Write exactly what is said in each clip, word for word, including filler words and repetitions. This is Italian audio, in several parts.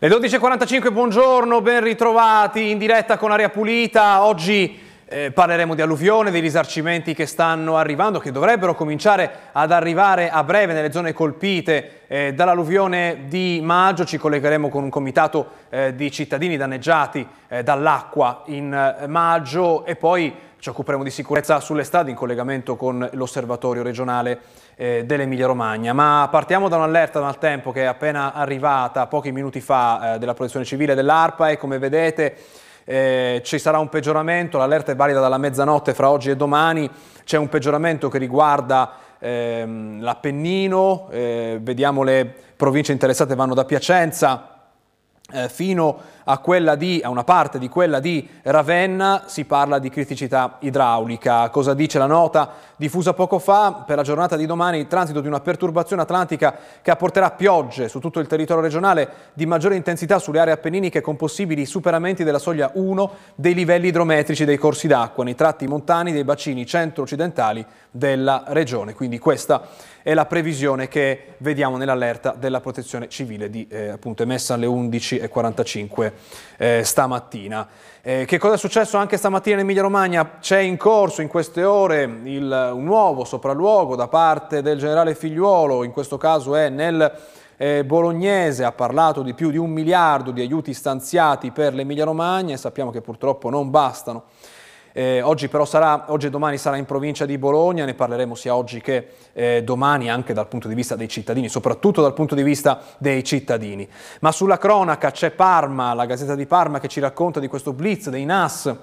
Le dodici e quarantacinque, buongiorno, ben ritrovati in diretta con Aria Pulita. Oggi eh, parleremo di alluvione, dei risarcimenti che stanno arrivando, che dovrebbero cominciare ad arrivare a breve nelle zone colpite eh, dall'alluvione di maggio. Ci collegheremo con un comitato eh, di cittadini danneggiati eh, dall'acqua in eh, maggio e poi ci occuperemo di sicurezza sulle strade in collegamento con l'osservatorio regionale eh, dell'Emilia Romagna. Ma partiamo da un'allerta da maltempo che è appena arrivata pochi minuti fa eh, della Protezione Civile dell'ARPA e come vedete eh, ci sarà un peggioramento. L'allerta è valida dalla mezzanotte fra oggi e domani. C'è un peggioramento che riguarda ehm, l'Appennino, eh, vediamo le province interessate vanno da Piacenza Eh, fino a, quella di, a una parte di quella di Ravenna. Si parla di criticità idraulica. Cosa dice la nota diffusa poco fa? Per la giornata di domani transito di una perturbazione atlantica che apporterà piogge su tutto il territorio regionale di maggiore intensità sulle aree appenniniche con possibili superamenti della soglia uno dei livelli idrometrici dei corsi d'acqua nei tratti montani dei bacini centro-occidentali della regione. Quindi questa è la previsione che vediamo nell'allerta della Protezione Civile di, eh, appunto emessa alle undici e quarantacinque eh, stamattina. Eh, che cosa è successo anche stamattina in Emilia Romagna? C'è in corso in queste ore il, un nuovo sopralluogo da parte del generale Figliuolo, in questo caso è nel eh, Bolognese. Ha parlato di più di un miliardo di aiuti stanziati per l'Emilia Romagna e sappiamo che purtroppo non bastano. Eh, oggi però sarà, oggi e domani sarà in provincia di Bologna, ne parleremo sia oggi che eh, domani anche dal punto di vista dei cittadini, soprattutto dal punto di vista dei cittadini. Ma sulla cronaca c'è Parma, la Gazzetta di Parma che ci racconta di questo blitz dei N A S,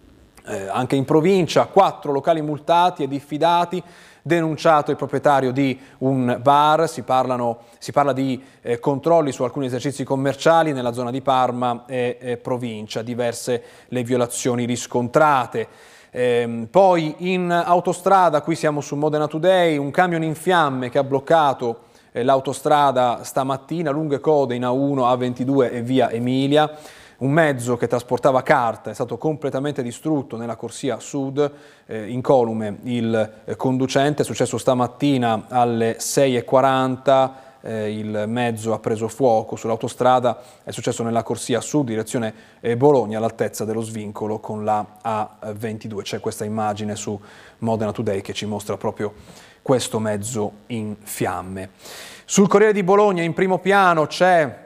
eh, anche in provincia, quattro locali multati e diffidati, denunciato il proprietario di un bar. Si, parlano, si parla di eh, controlli su alcuni esercizi commerciali nella zona di Parma e eh, provincia, diverse le violazioni riscontrate. Eh, poi in autostrada, qui siamo su Modena Today, un camion in fiamme che ha bloccato eh, l'autostrada stamattina, lunghe code in A uno, A ventidue e via Emilia. Un mezzo che trasportava carta è stato completamente distrutto nella corsia sud, eh, incolume il eh, conducente. È successo stamattina alle sei e quaranta, eh, il mezzo ha preso fuoco sull'autostrada, è successo nella corsia sud, direzione eh, Bologna, all'altezza dello svincolo con la A ventidue. C'è questa immagine su Modena Today che ci mostra proprio questo mezzo in fiamme. Sul Corriere di Bologna in primo piano c'è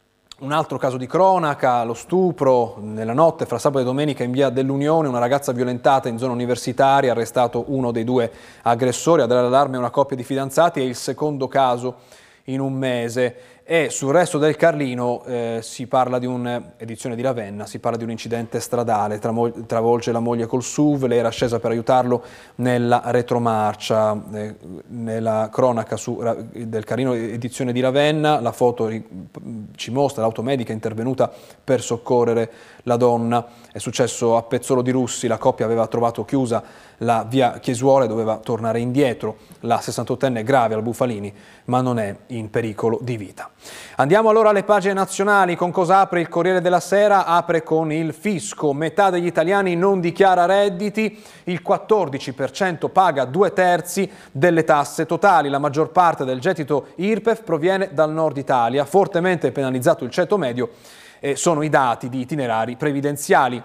un altro caso di cronaca, lo stupro nella notte fra sabato e domenica in via dell'Unione, una ragazza violentata in zona universitaria, arrestato uno dei due aggressori, a dare l'allarme una coppia di fidanzati, è il secondo caso in un mese. E sul resto del Carlino eh, si parla di un'edizione di Ravenna, si parla di un incidente stradale, travolge la moglie col S U V, lei era scesa per aiutarlo nella retromarcia. Eh, nella cronaca su, del Carlino edizione di Ravenna, la foto ci mostra l'auto medica intervenuta per soccorrere la donna. È successo a Pezzolo di Russi, la coppia aveva trovato chiusa la via Chiesuole, doveva tornare indietro, la sessantottenne è grave al Bufalini ma non è in pericolo di vita. Andiamo allora alle pagine nazionali. Con cosa apre il Corriere della Sera? Apre con il fisco. Metà degli italiani non dichiara redditi, il quattordici per cento paga due terzi delle tasse totali. La maggior parte del gettito I R P E F proviene dal nord Italia, fortemente penalizzato il ceto medio e sono i dati di itinerari previdenziali.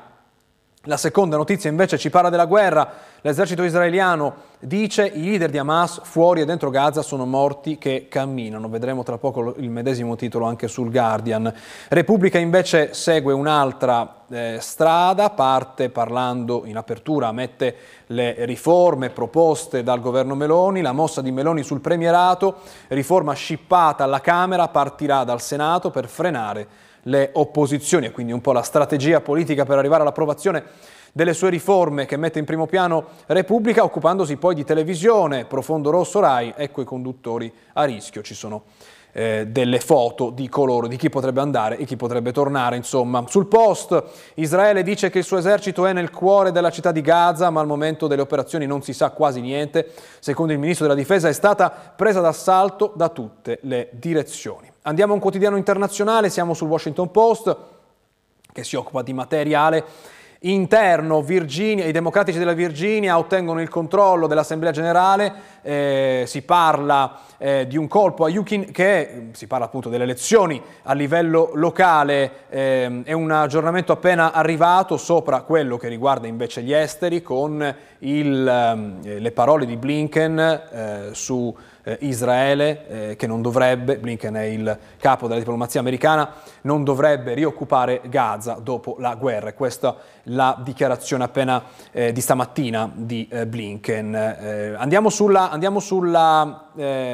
La seconda notizia invece ci parla della guerra. L'esercito israeliano dice i leader di Hamas fuori e dentro Gaza sono morti che camminano. Vedremo tra poco il medesimo titolo anche sul Guardian. Repubblica invece segue un'altra eh, strada, parte parlando in apertura, mette le riforme proposte dal governo Meloni, la mossa di Meloni sul premierato, riforma scippata alla Camera, partirà dal Senato per frenare le opposizioni e quindi un po' la strategia politica per arrivare all'approvazione delle sue riforme che mette in primo piano Repubblica, occupandosi poi di televisione. Profondo Rosso Rai, ecco i conduttori a rischio, ci sono eh, delle foto di coloro, di chi potrebbe andare e chi potrebbe tornare, insomma. Sul Post, Israele dice che il suo esercito è nel cuore della città di Gaza, ma al momento delle operazioni non si sa quasi niente. Secondo il ministro della Difesa è stata presa d'assalto da tutte le direzioni. Andiamo a un quotidiano internazionale, siamo sul Washington Post, che si occupa di materiale interno. Virginia, i democratici della Virginia ottengono il controllo dell'Assemblea Generale, eh, si parla eh, di un colpo a Yukin, che si parla appunto delle elezioni a livello locale, eh, è un aggiornamento appena arrivato sopra quello che riguarda invece gli esteri, con il, eh, le parole di Blinken eh, su eh, Israele, eh, che non dovrebbe, Blinken è il capo della diplomazia americana, non dovrebbe rioccupare Gaza dopo la guerra. Questa la dichiarazione appena eh, di stamattina di eh, Blinken. Eh, andiamo sulla, andiamo sulla,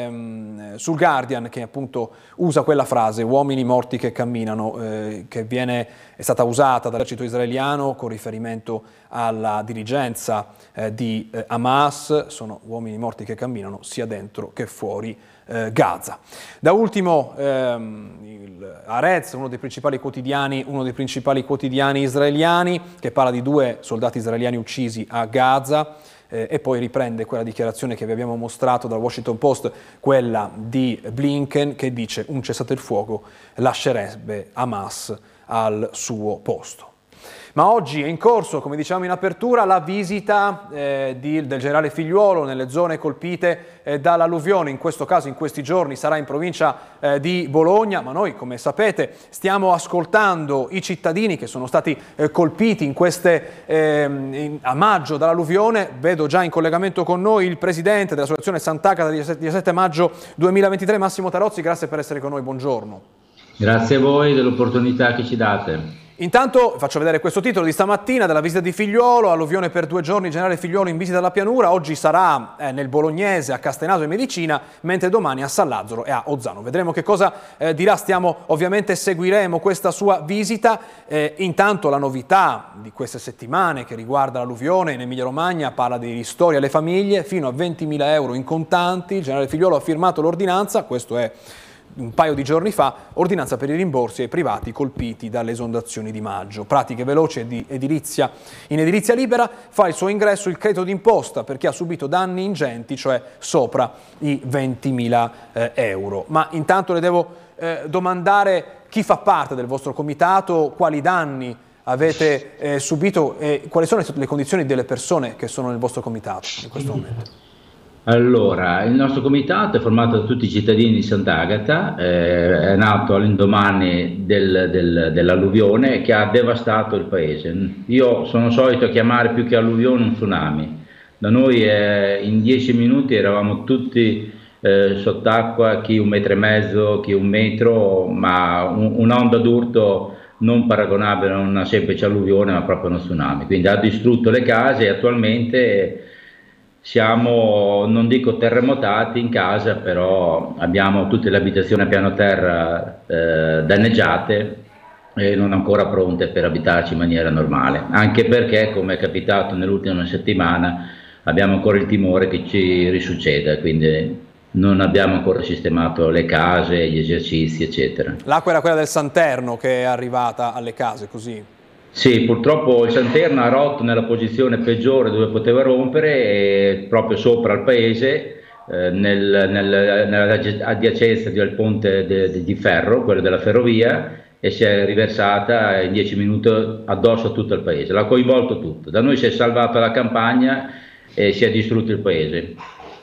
ehm, sul Guardian, che appunto usa quella frase, uomini morti che camminano, eh, che viene, è stata usata dall'esercito israeliano con riferimento alla dirigenza eh, di eh, Hamas. Sono uomini morti che camminano sia dentro che fuori eh, Gaza. Da ultimo ehm, il Haaretz, uno dei principali quotidiani, uno dei principali quotidiani israeliani, che parla di due soldati israeliani uccisi a Gaza, eh, e poi riprende quella dichiarazione che vi abbiamo mostrato dal Washington Post, quella di Blinken, che dice un cessate il fuoco lascerebbe Hamas al suo posto. Ma oggi è in corso, come diciamo in apertura, la visita eh, di, del generale Figliuolo nelle zone colpite eh, dall'alluvione. In questo caso, in questi giorni, sarà in provincia eh, di Bologna, ma noi, come sapete, stiamo ascoltando i cittadini che sono stati eh, colpiti in queste, eh, in, a maggio dall'alluvione. Vedo già in collegamento con noi il presidente dell'Associazione Sant'Agata del diciassette maggio duemilaventitré, Massimo Tarozzi. Grazie per essere con noi, buongiorno. Grazie a voi dell'opportunità che ci date. Intanto faccio vedere questo titolo di stamattina della visita di Figliuolo, alluvione per due giorni, generale Figliuolo in visita alla pianura. Oggi sarà eh, nel Bolognese, a Castenaso e Medicina, mentre domani a Sallazzaro e a Ozzano. Vedremo che cosa eh, dirà, stiamo ovviamente seguiremo questa sua visita. Eh, intanto la novità di queste settimane che riguarda l'alluvione in Emilia Romagna parla dei ristori alle famiglie, fino a ventimila euro in contanti. Il generale Figliuolo ha firmato l'ordinanza, questo è un paio di giorni fa, ordinanza per i rimborsi ai privati colpiti dalle esondazioni di maggio. Pratiche veloci e di edilizia. In edilizia libera fa il suo ingresso il credito d'imposta per chi ha subito danni ingenti, cioè sopra i ventimila eh, euro. Ma intanto le devo eh, domandare chi fa parte del vostro comitato, quali danni avete eh, subito e quali sono le condizioni delle persone che sono nel vostro comitato in questo momento. Allora, il nostro comitato è formato da tutti i cittadini di Sant'Agata, eh, è nato all'indomani del, del, dell'alluvione che ha devastato il paese. Io sono solito chiamare più che alluvione un tsunami. Da noi eh, in dieci minuti eravamo tutti eh, sott'acqua, chi un metro e mezzo, chi un metro, ma un, un'onda d'urto non paragonabile a una semplice alluvione, ma proprio uno tsunami. Quindi ha distrutto le case e attualmente siamo, non dico terremotati in casa, però abbiamo tutte le abitazioni a piano terra eh, danneggiate e non ancora pronte per abitarci in maniera normale, anche perché, come è capitato nell'ultima settimana, abbiamo ancora il timore che ci risucceda, quindi non abbiamo ancora sistemato le case, gli esercizi, eccetera. L'acqua era quella del Santerno che è arrivata alle case, così? Sì, purtroppo il Santerno ha rotto nella posizione peggiore dove poteva rompere, e proprio sopra il paese, eh, nel, nel, nell'adiacenza del ponte de, de, di ferro, quello della ferrovia, e si è riversata in dieci minuti addosso a tutto il paese. L'ha coinvolto tutto. Da noi si è salvata la campagna e si è distrutto il paese.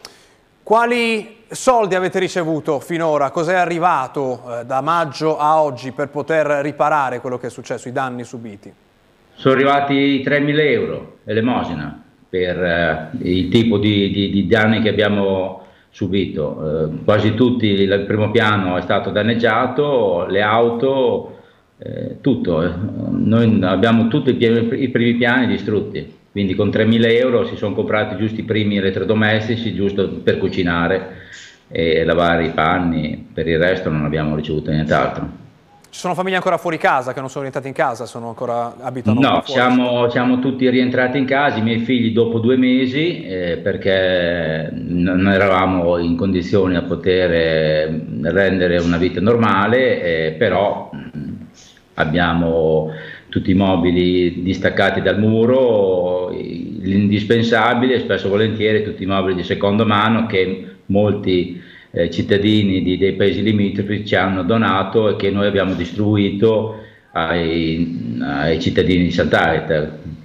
Quali soldi avete ricevuto finora? Cos'è arrivato eh, da maggio a oggi per poter riparare quello che è successo, i danni subiti? Sono arrivati tremila euro, elemosina, per eh, il tipo di, di, di danni che abbiamo subito. Eh, quasi tutti, il primo piano è stato danneggiato, le auto, eh, tutto. Eh. Noi abbiamo tutti i, i primi piani distrutti. Quindi con tremila euro si sono comprati giusto i primi elettrodomestici, giusto per cucinare e lavare i panni, per il resto non abbiamo ricevuto nient'altro. Ci sono famiglie ancora fuori casa, che non sono rientrate in casa, sono ancora abitano No, fuori? siamo, siamo tutti rientrati in casa, i miei figli dopo due mesi, eh, perché non eravamo in condizioni a poter eh, rendere una vita normale, eh, però mh, abbiamo tutti i mobili distaccati dal muro, l'indispensabile, spesso e volentieri tutti i mobili di seconda mano che molti eh, cittadini di, dei paesi limitrofi ci hanno donato e che noi abbiamo distribuito ai, ai cittadini di Sant'Agata.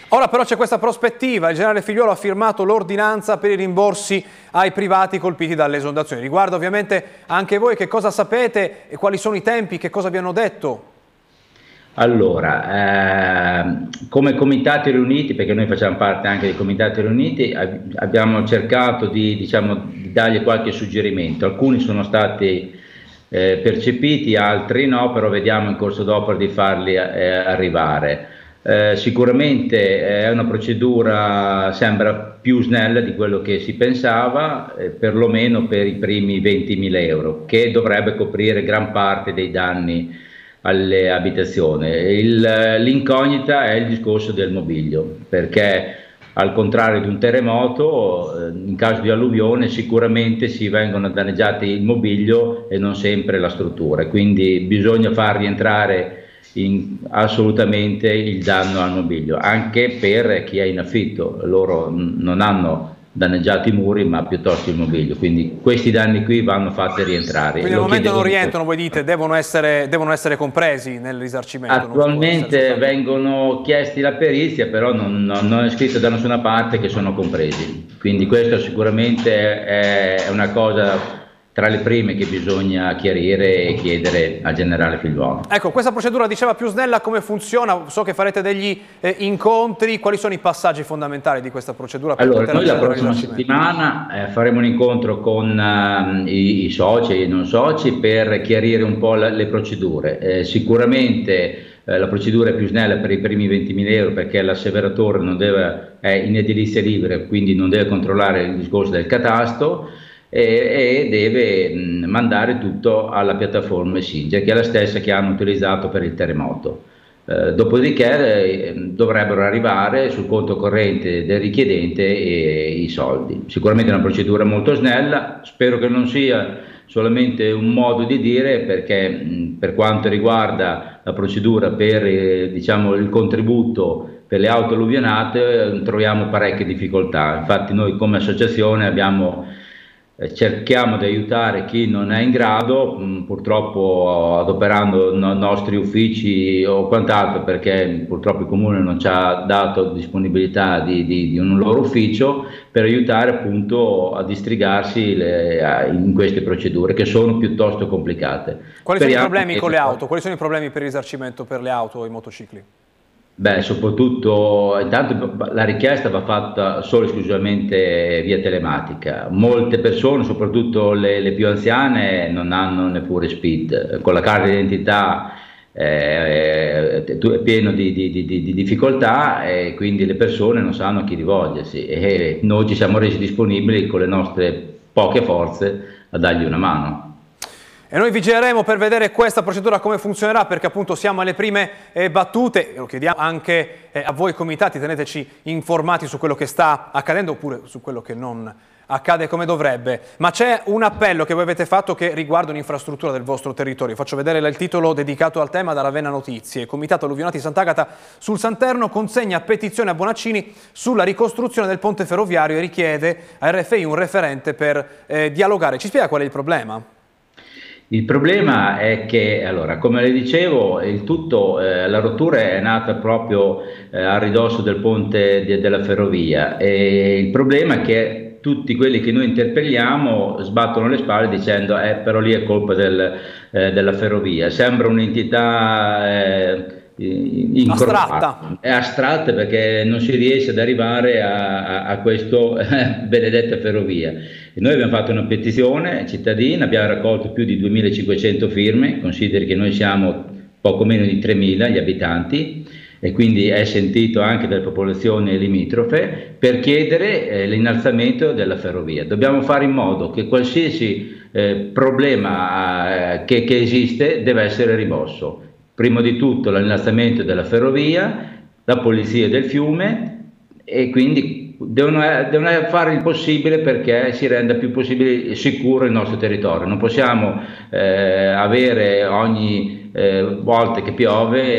Ora però c'è questa prospettiva, il generale Figliuolo ha firmato l'ordinanza per i rimborsi ai privati colpiti dalle esondazioni. Riguarda ovviamente anche voi, che cosa sapete e quali sono i tempi, che cosa vi hanno detto? Allora, eh, come Comitati Riuniti, perché noi facciamo parte anche dei Comitati Riuniti, ab abbiamo cercato di, diciamo, di dargli qualche suggerimento. Alcuni sono stati eh, percepiti, altri no, però vediamo in corso d'opera di farli eh, arrivare. Eh, sicuramente è una procedura, sembra più snella di quello che si pensava, eh, perlomeno per i primi ventimila euro, che dovrebbe coprire gran parte dei danni alle abitazioni. L'incognita è il discorso del mobilio, perché al contrario di un terremoto, in caso di alluvione sicuramente si vengono danneggiati il mobilio e non sempre la struttura, quindi bisogna far rientrare in, assolutamente il danno al mobilio, anche per chi è in affitto. Loro non hanno danneggiato i muri ma piuttosto il mobilio, quindi questi danni qui vanno fatti rientrare. Quindi al momento non rientrano, voi dite, devono essere, devono essere compresi nel risarcimento? Attualmente vengono chiesti la perizia, però non, non, non è scritto da nessuna parte che sono compresi, quindi questo sicuramente è una cosa tra le prime che bisogna chiarire e chiedere al generale Figliuolo. Ecco, questa procedura, diceva, più snella, come funziona? So che farete degli eh, incontri, quali sono i passaggi fondamentali di questa procedura? Per allora, noi la prossima settimana eh, faremo un incontro con eh, i, i soci e i non soci per chiarire un po' la, le procedure. Eh, sicuramente eh, la procedura è più snella per i primi ventimila euro, perché l'asseveratore non deve, è in edilizia libera, quindi non deve controllare il discorso del catasto, e deve mh, mandare tutto alla piattaforma Singer, che è la stessa che hanno utilizzato per il terremoto. Eh, dopodiché eh, dovrebbero arrivare sul conto corrente del richiedente e, i soldi. Sicuramente è una procedura molto snella, spero che non sia solamente un modo di dire, perché mh, per quanto riguarda la procedura per eh, diciamo, il contributo per le auto alluvionate eh, troviamo parecchie difficoltà. Infatti noi come associazione abbiamo cerchiamo di aiutare chi non è in grado, mh, purtroppo adoperando no, nostri uffici o quant'altro, perché purtroppo il comune non ci ha dato disponibilità di, di, di un loro ufficio per aiutare appunto a distrigarsi le, a, in queste procedure che sono piuttosto complicate. Quali Speriamo sono i problemi con le auto? Quali sono i problemi per il risarcimento per le auto e i motocicli? Beh, soprattutto, intanto la richiesta va fatta solo e esclusivamente via telematica. Molte persone, soprattutto le, le più anziane, non hanno neppure S P I D. Con la carta d'identità eh, è pieno di, di, di, di difficoltà, e quindi le persone non sanno a chi rivolgersi, e noi ci siamo resi disponibili con le nostre poche forze a dargli una mano. E noi vigileremo per vedere questa procedura come funzionerà, perché appunto siamo alle prime eh, battute. Lo chiediamo anche eh, a voi comitati, teneteci informati su quello che sta accadendo oppure su quello che non accade come dovrebbe. Ma c'è un appello che voi avete fatto che riguarda un'infrastruttura del vostro territorio. Faccio vedere il titolo dedicato al tema da Ravenna Notizie. Comitato Alluvionati Sant'Agata sul Santerno consegna petizione a Bonaccini sulla ricostruzione del ponte ferroviario e richiede a R F I un referente per eh, dialogare. Ci spiega qual è il problema? Il problema è che, allora, come le dicevo, il tutto, eh, la rottura è nata proprio eh, a ridosso del ponte de, della ferrovia, e il problema è che tutti quelli che noi interpelliamo sbattono le spalle dicendo eh, però lì è colpa del, eh, della ferrovia. Sembra un'entità eh, astratta. È astratta, perché non si riesce ad arrivare a, a, a questo eh, benedetta ferrovia. E noi abbiamo fatto una petizione cittadina, abbiamo raccolto più di duemilacinquecento firme, consideri che noi siamo poco meno di tremila gli abitanti, e quindi è sentito anche dalle popolazioni limitrofe, per chiedere eh, l'innalzamento della ferrovia. Dobbiamo fare in modo che qualsiasi eh, problema eh, che, che esiste deve essere rimosso. Prima di tutto l'innalzamento della ferrovia, la pulizia del fiume, e quindi devono, devono fare il possibile perché si renda più possibile sicuro il nostro territorio. Non possiamo eh, avere ogni eh, volta che piove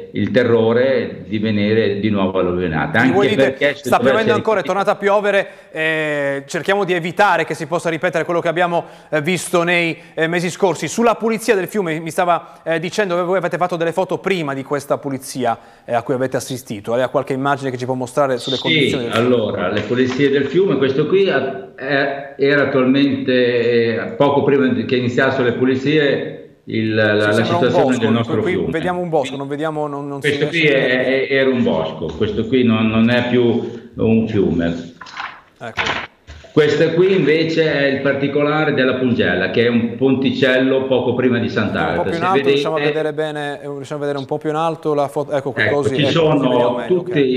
il terrore di venire di nuovo alluvionata. Anche voi dite, perché sta piovendo ancora, è tornata a piovere, eh, cerchiamo di evitare che si possa ripetere quello che abbiamo eh, visto nei eh, mesi scorsi. Sulla pulizia del fiume mi stava eh, dicendo che voi avete fatto delle foto prima di questa pulizia eh, a cui avete assistito. Lei ha qualche immagine che ci può mostrare sulle sì, condizioni del fiume? Allora, le pulizie del fiume, questo qui è, era attualmente, poco prima che iniziassero le pulizie, Il, la, la situazione bosco, del nostro qui fiume. Vediamo un bosco, non vediamo... Non, non questo si qui è, è, era un bosco, questo qui non, non è più un fiume. Ecco. Questo qui invece è il particolare della Pungella, che è un ponticello poco prima di Sant'Agata. Un po' più in alto, vedete... riusciamo, a vedere bene, riusciamo a vedere un po' più in alto la foto. Ecco, qui, ecco così, ci ecco, sono così tutti okay.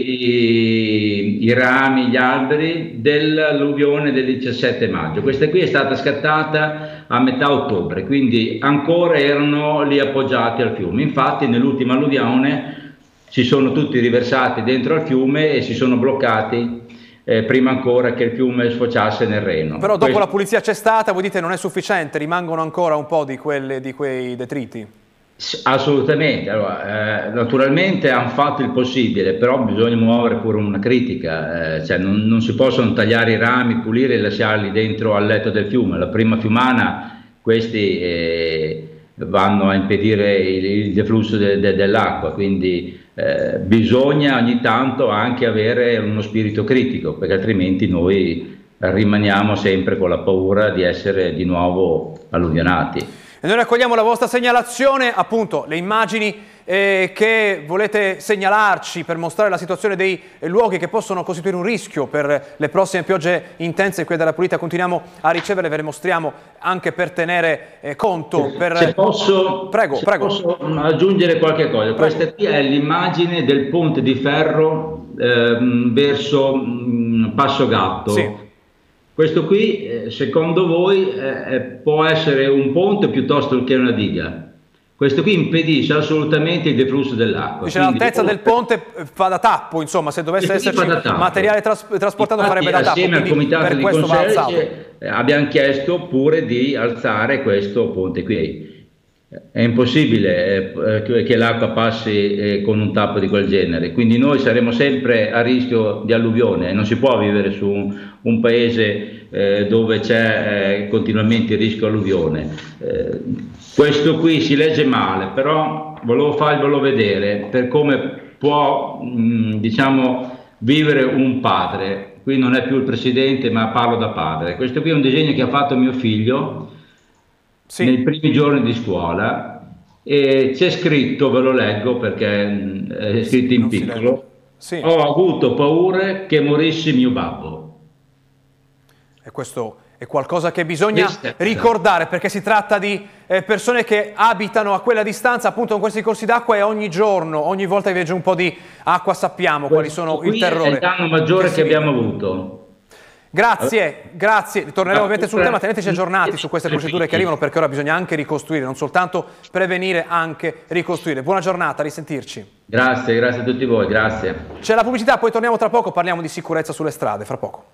i, i rami, gli alberi dell'alluvione del diciassette maggio. Questa qui è stata scattata a metà ottobre, quindi ancora erano lì appoggiati al fiume. Infatti nell'ultima alluvione si sono tutti riversati dentro al fiume e si sono bloccati Eh, prima ancora che il fiume sfociasse nel Reno. Però dopo Questo... la pulizia c'è stata, voi dite non è sufficiente, rimangono ancora un po' di, quelle, di quei detriti? Assolutamente, allora, eh, naturalmente hanno fatto il possibile, però bisogna muovere pure una critica, eh, cioè non, non si possono tagliare i rami, pulire e lasciarli dentro al letto del fiume. La prima fiumana questi eh, vanno a impedire il, il deflusso de, de, dell'acqua, quindi Eh, bisogna ogni tanto anche avere uno spirito critico, perché altrimenti noi rimaniamo sempre con la paura di essere di nuovo alluvionati. E noi raccogliamo la vostra segnalazione, appunto le immagini eh, che volete segnalarci per mostrare la situazione dei eh, luoghi che possono costituire un rischio per le prossime piogge intense qui dalla Pulita. Continuiamo a riceverle, ve le mostriamo anche per tenere eh, conto. Per... Se posso, prego, se prego. posso aggiungere qualche cosa, prego. Questa qui è l'immagine del ponte di ferro eh, verso mh, Passo Gatto. Sì. Questo qui, eh, secondo voi, eh, può essere un ponte piuttosto che una diga? Questo qui impedisce assolutamente il deflusso dell'acqua. L'altezza del ponte fa da tappo, insomma, se dovesse esserci materiale tras trasportato farebbe da tappo. Assieme al comitato di conserge abbiamo chiesto pure di alzare questo ponte qui. È impossibile eh, che l'acqua passi eh, con un tappo di quel genere, quindi noi saremo sempre a rischio di alluvione. Non si può vivere su un, un paese eh, dove c'è eh, continuamente il rischio alluvione. Eh, questo qui si legge male, però volevo farvelo vedere per come può mh, diciamo vivere un padre. Qui non è più il presidente, ma parlo da padre. Questo qui è un disegno che ha fatto mio figlio. Sì. Nei primi giorni di scuola, e c'è scritto, ve lo leggo perché è scritto in piccolo, sì. Ho avuto paura che morisse mio babbo. E questo è qualcosa che bisogna ricordare, perché si tratta di eh, persone che abitano a quella distanza appunto con questi corsi d'acqua, e ogni giorno, ogni volta che viaggia un po' di acqua sappiamo quali sono il terrore. È il danno maggiore che, che abbiamo avuto. Grazie, grazie. Torneremo ovviamente sul tema, teneteci aggiornati su queste procedure che arrivano, perché ora bisogna anche ricostruire, non soltanto prevenire, anche ricostruire. Buona giornata, a risentirci. Grazie, grazie a tutti voi, grazie. C'è la pubblicità, poi torniamo tra poco, parliamo di sicurezza sulle strade, fra poco.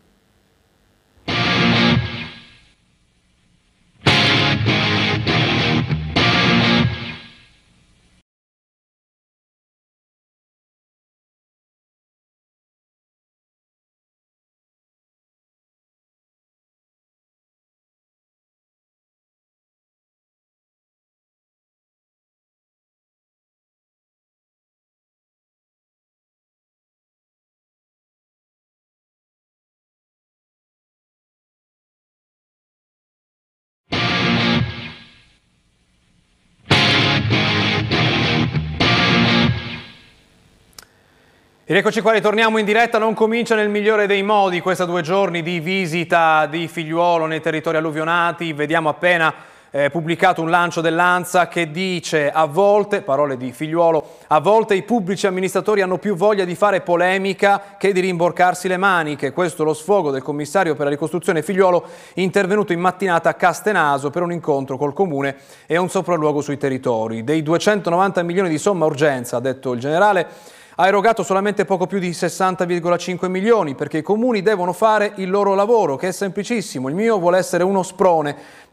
Ed eccoci qua, ritorniamo in diretta. Non comincia nel migliore dei modi questa due giorni di visita di Figliuolo nei territori alluvionati. Vediamo appena eh, pubblicato un lancio dell'ANSA che dice: a volte, parole di Figliuolo, a volte i pubblici amministratori hanno più voglia di fare polemica che di rimborcarsi le maniche. Questo è lo sfogo del commissario per la ricostruzione Figliuolo, intervenuto in mattinata a Castenaso per un incontro col comune e un sopralluogo sui territori. Dei duecentonovanta milioni di somma urgenza, ha detto il generale, ha erogato solamente poco più di sessanta virgola cinque milioni, perché i comuni devono fare il loro lavoro, che è semplicissimo. Il mio vuole essere uno sprone.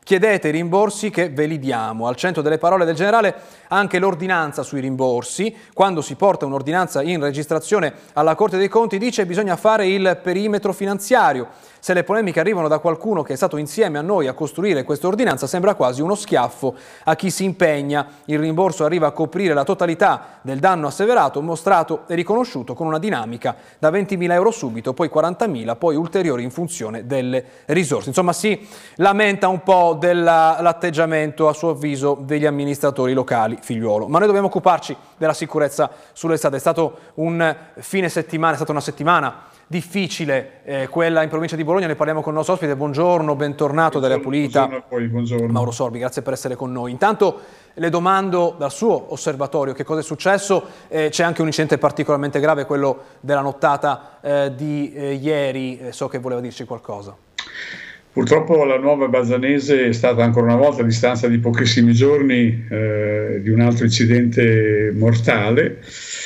chiedete i rimborsi che ve li diamo. Al centro delle parole del generale anche l'ordinanza sui rimborsi. Quando si porta un'ordinanza in registrazione alla Corte dei Conti, dice che bisogna fare il perimetro finanziario. Se le polemiche arrivano da qualcuno che è stato insieme a noi a costruire questa ordinanza, sembra quasi uno schiaffo a chi si impegna. Il rimborso arriva a coprire la totalità del danno asseverato, mostrato e riconosciuto con una dinamica da ventimila euro subito, poi quarantamila, poi ulteriori in funzione delle risorse. Insomma, si lamenta un po' dell'atteggiamento, a suo avviso, degli amministratori locali, Figliuolo. Ma noi dobbiamo occuparci della sicurezza sulle strade. È stato un fine settimana, è stata una settimana difficile, eh, quella in provincia di Bologna. Ne parliamo con il nostro ospite. Buongiorno, bentornato dall'Aria Pulita. Buongiorno a voi, buongiorno. Mauro Sorbi, grazie per essere con noi. Intanto le domando dal suo osservatorio che cosa è successo. Eh, c'è anche un incidente particolarmente grave, quello della nottata eh, di eh, ieri. Eh, so che voleva dirci qualcosa. Purtroppo la Nuova Bazzanese è stata ancora una volta, a distanza di pochissimi giorni, eh, di un altro incidente mortale,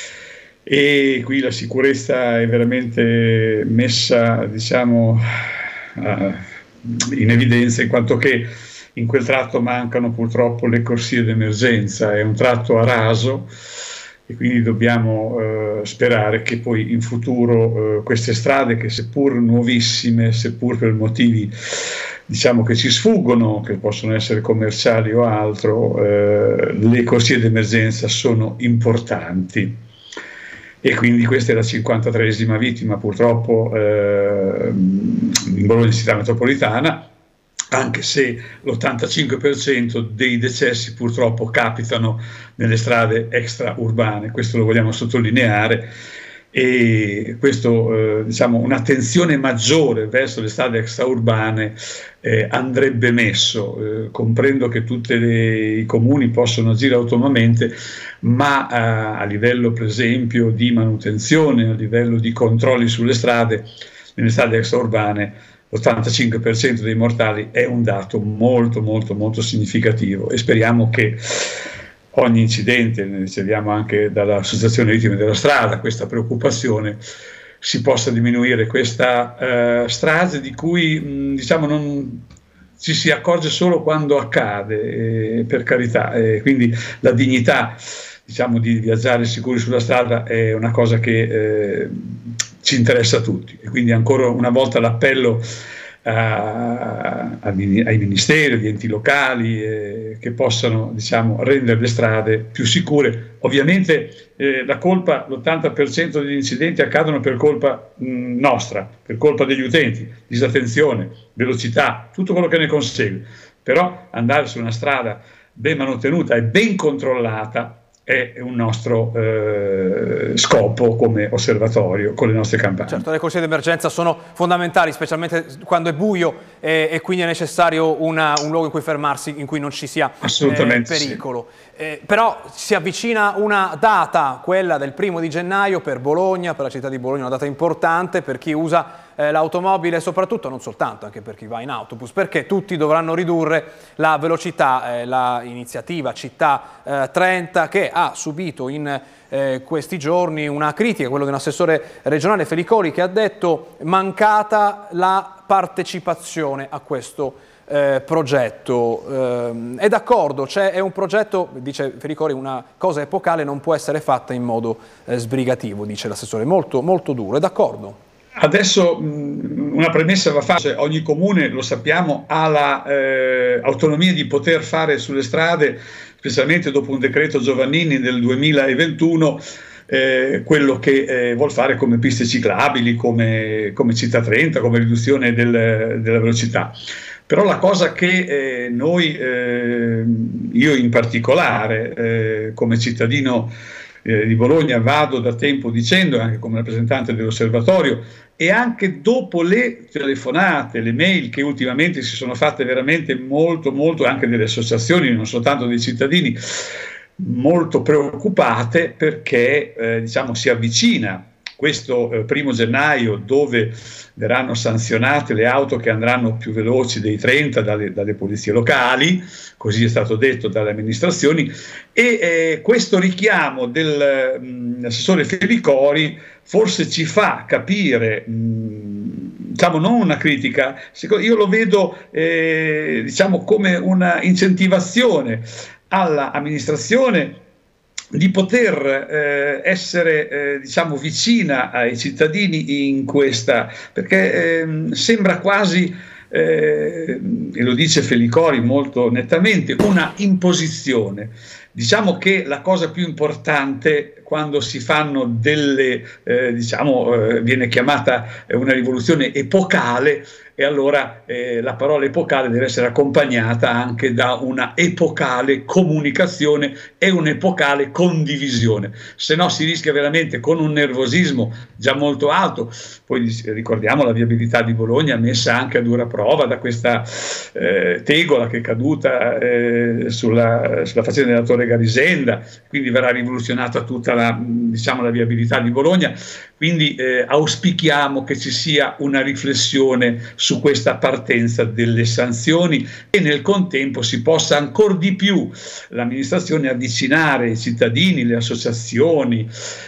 e qui la sicurezza è veramente messa, diciamo, uh, in evidenza, in quanto che in quel tratto mancano purtroppo le corsie d'emergenza. È un tratto a raso e quindi dobbiamo eh, sperare che poi in futuro eh, queste strade, che seppur nuovissime, seppur per motivi diciamo che ci sfuggono, che possono essere commerciali o altro, eh, le corsie d'emergenza sono importanti. E quindi questa è la cinquantatreesima vittima purtroppo eh, in Bologna città metropolitana, anche se l'ottantacinque per cento dei decessi purtroppo capitano nelle strade extraurbane. Questo lo vogliamo sottolineare, e questo, eh, diciamo, un'attenzione maggiore verso le strade extraurbane eh, andrebbe messo. Eh, comprendo che tutti i comuni possono agire autonomamente, ma eh, a livello per esempio di manutenzione, a livello di controlli sulle strade, nelle strade extraurbane, l'ottantacinque per cento dei mortali è un dato molto molto molto significativo, e speriamo che ogni incidente, ne riceviamo anche dall'Associazione Vittime della Strada questa preoccupazione, si possa diminuire questa eh, strage di cui mh, diciamo non ci si accorge solo quando accade, eh, per carità, eh, quindi la dignità, diciamo, di viaggiare sicuri sulla strada è una cosa che eh, ci interessa a tutti, e quindi ancora una volta l'appello a, a, ai ministeri, agli enti locali eh, che possano, diciamo, rendere le strade più sicure. Ovviamente eh, la colpa, l'ottanta per cento degli incidenti accadono per colpa mh, nostra, per colpa degli utenti, disattenzione, velocità, tutto quello che ne consegue, però andare su una strada ben manutenuta e ben controllata è un nostro eh, scopo come osservatorio con le nostre campagne. Certo, le corsie d'emergenza sono fondamentali, specialmente quando è buio e, e quindi è necessario una, un luogo in cui fermarsi, in cui non ci sia eh, pericolo. Sì. Eh, però si avvicina una data, quella del primo di gennaio per Bologna, per la città di Bologna, una data importante per chi usa eh, l'automobile, soprattutto, non soltanto, anche per chi va in autobus, perché tutti dovranno ridurre la velocità. Eh, la iniziativa Città eh, trenta, che ha subito in eh, questi giorni una critica, quello di un assessore regionale, Felicoli, che ha detto mancata la partecipazione a questo Eh, progetto. Eh, è d'accordo, c'è, è un progetto, dice Felicoli, una cosa epocale, non può essere fatta in modo eh, sbrigativo, dice l'assessore, molto, molto duro. È d'accordo? Adesso mh, una premessa va fatta, cioè, ogni comune, lo sappiamo, ha l'autonomia eh, di poter fare sulle strade, specialmente dopo un decreto Giovannini del duemilaventuno, eh, quello che eh, vuol fare come piste ciclabili, come, come Città trenta, come riduzione del, della velocità. Però la cosa che eh, noi, eh, io in particolare, eh, come cittadino eh, di Bologna vado da tempo dicendo, anche come rappresentante dell'osservatorio, e anche dopo le telefonate, le mail che ultimamente si sono fatte veramente molto, molto, anche delle associazioni, non soltanto dei cittadini, molto preoccupate perché eh, diciamo, si avvicina questo eh, primo gennaio, dove verranno sanzionate le auto che andranno più veloci dei trenta dalle, dalle polizie locali, così è stato detto dalle amministrazioni, e eh, questo richiamo dell'assessore Felicoli forse ci fa capire mh, diciamo non una critica, io lo vedo eh, diciamo come una incentivazione all'amministrazione di poter eh, essere eh, diciamo vicina ai cittadini in questa, perché eh, sembra quasi Eh, e lo dice Felicori molto nettamente, una imposizione. Diciamo che la cosa più importante quando si fanno delle, eh, diciamo, eh, viene chiamata una rivoluzione epocale, e allora eh, la parola epocale deve essere accompagnata anche da una epocale comunicazione e un'epocale condivisione, se no si rischia veramente, con un nervosismo già molto alto. Poi ricordiamo la viabilità di Bologna messa anche a dura prova da questa eh, tegola che è caduta eh, sulla, sulla faccenda della Torre Garisenda, quindi verrà rivoluzionata tutta la, diciamo, la viabilità di Bologna. Quindi eh, auspichiamo che ci sia una riflessione su questa partenza delle sanzioni e nel contempo si possa ancora di più l'amministrazione avvicinare i cittadini, le associazioni,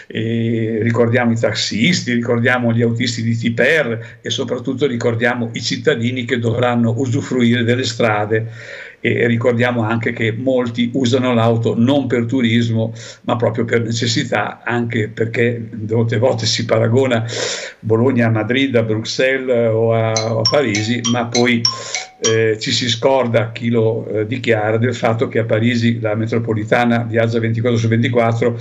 eh, ricordiamo i tassisti, ricordiamo gli autisti di T P R e soprattutto ricordiamo i cittadini che dovranno usufruire delle strade. E ricordiamo anche che molti usano l'auto non per turismo ma proprio per necessità, anche perché molte volte si paragona Bologna a Madrid, a Bruxelles o a, o a Parigi, ma poi eh, ci si scorda, chi lo eh, dichiara, del fatto che a Parigi la metropolitana viaggia ventiquattro su ventiquattro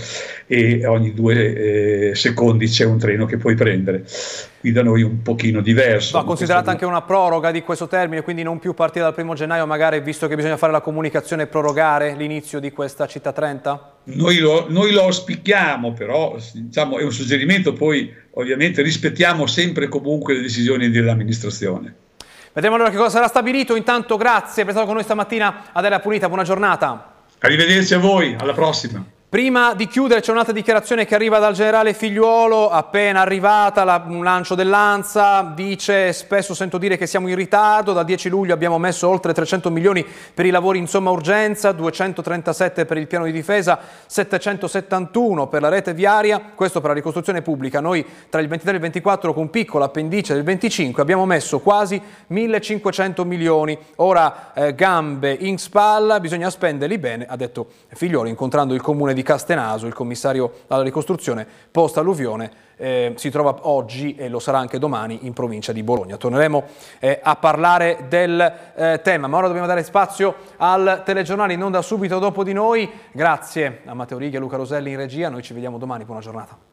e ogni due eh, secondi c'è un treno che puoi prendere. Qui da noi un pochino diverso. Va considerata anche una proroga di questo termine, quindi non più partire dal primo gennaio, magari, visto che bisogna fare la comunicazione, prorogare l'inizio di questa città trenta? Noi lo, noi lo auspichiamo, però diciamo, è un suggerimento, poi ovviamente rispettiamo sempre e comunque le decisioni dell'amministrazione. Vedremo allora che cosa sarà stabilito. Intanto grazie per essere stato con noi stamattina ad Aria Pulita, buona giornata. Arrivederci a voi, alla prossima. Prima di chiudere c'è un'altra dichiarazione che arriva dal generale Figliuolo, appena arrivata, la, un lancio dell'ANSA, dice: spesso sento dire che siamo in ritardo, da dieci luglio abbiamo messo oltre trecento milioni per i lavori in somma urgenza, duecentotrentasette per il piano di difesa, settecentosettantuno per la rete viaria, questo per la ricostruzione pubblica. Noi tra il ventitré e il ventiquattro, con piccola appendice del venticinque, abbiamo messo quasi millecinquecento milioni, ora eh, gambe in spalla, bisogna spenderli bene, ha detto Figliuolo incontrando il comune di Castenaso. Il commissario alla ricostruzione post alluvione eh, si trova oggi e lo sarà anche domani in provincia di Bologna. Torneremo eh, a parlare del eh, tema, ma ora dobbiamo dare spazio al telegiornale in onda subito dopo di noi. Grazie a Matteo Righi e Luca Roselli in regia, noi ci vediamo domani, buona giornata.